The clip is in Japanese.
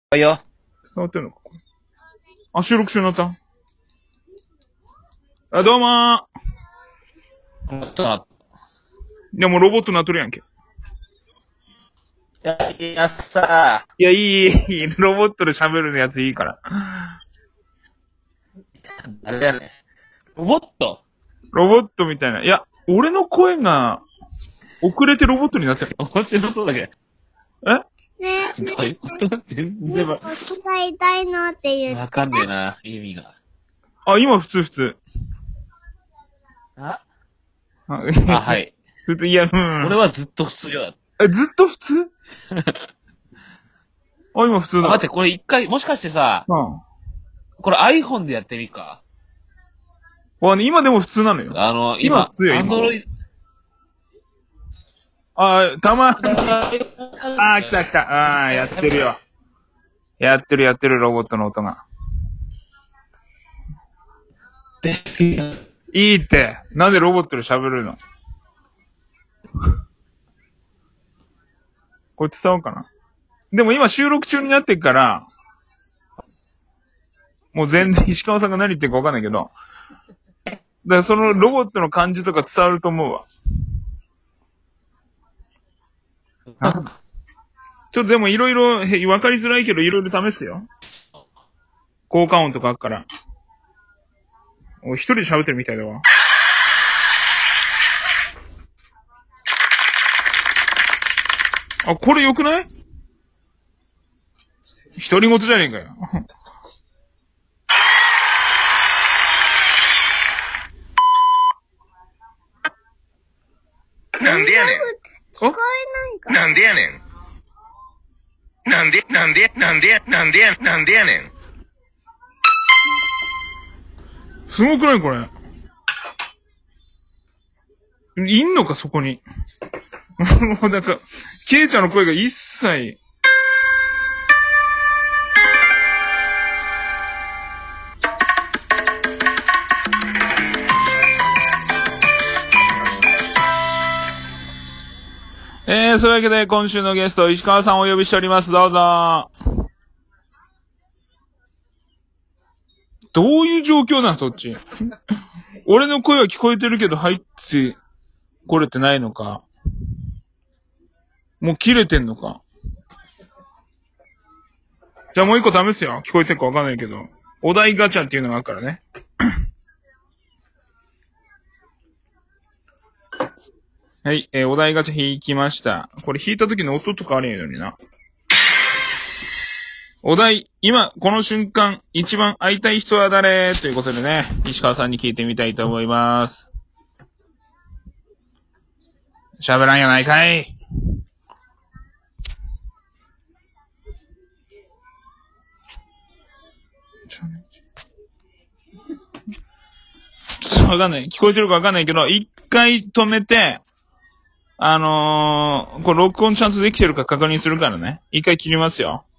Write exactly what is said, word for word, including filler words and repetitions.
あいよ。 伝わってんのかこれ。あ、収録中になった。あ、どうもー。 なったな。 いや、もうロボットなっとるやんけ。 いや、いやさいや、いい、いい、ロボットで喋るやついいから。 あれやね。ロボットロボットみたいな。いや、俺の声が、遅れてロボットになってる。 面白そうだけえねえ、 ど。どういうこと全然わ使いたいなって言って。 わかんねえな、意味が。 あ、今普通普通。 ああ、 あ、はい。 普通、いや、うん。 俺はずっと普通よ。 え、ずっと普通あ、今普通だ。 待って、これ一回、もしかしてさ、 うん。 これ iPhone でやってみっか。 わ、ね、今でも普通なのよ。 あの、 今今、 普通よ今 Android、 あ、たま、あー、来た来た。あー、やってるよ。やってるやってる、ロボットの音が。いいって。なんでロボットで喋るのこれ伝わるかな。でも今収録中になってっから、もう全然石川さんが何言ってるかわかんないけど、だからそのロボットの感じとか伝わると思うわ。ちょっとでもいろいろわかりづらいけどいろいろ試すよ。効果音とかあっから。お一人で喋ってるみたいだわ。あ、これ良くない？独り言じゃねえかよ。 なんでやねん。聞こえないか。 なんでやねん。なんで、なんで、なんで、なんでや、なんでやねん。 すごくないこれ。いんのかそこに。もうなんか、ケイちゃんの声が一切。えー、そういうわけで今週のゲスト、石川さんをお呼びしております。どうぞ。どういう状況なんそっち。俺の声は聞こえてるけど入ってこれてないのか。もう切れてんのか。じゃあもう一個試すよ。聞こえてるかわかんないけど。お題ガチャっていうのがあるからね。はい、えー、お題ガチャ引きました。これ引いた時の音とかあるようにな。お題、今、この瞬間、一番会いたい人は誰ということでね、石川さんに聞いてみたいと思います。喋らんやないかい。ちょっとわかんない。聞こえてるかわかんないけど、一回止めて、あのー、これ録音ちゃんとできてるか確認するからね。一回切りますよ。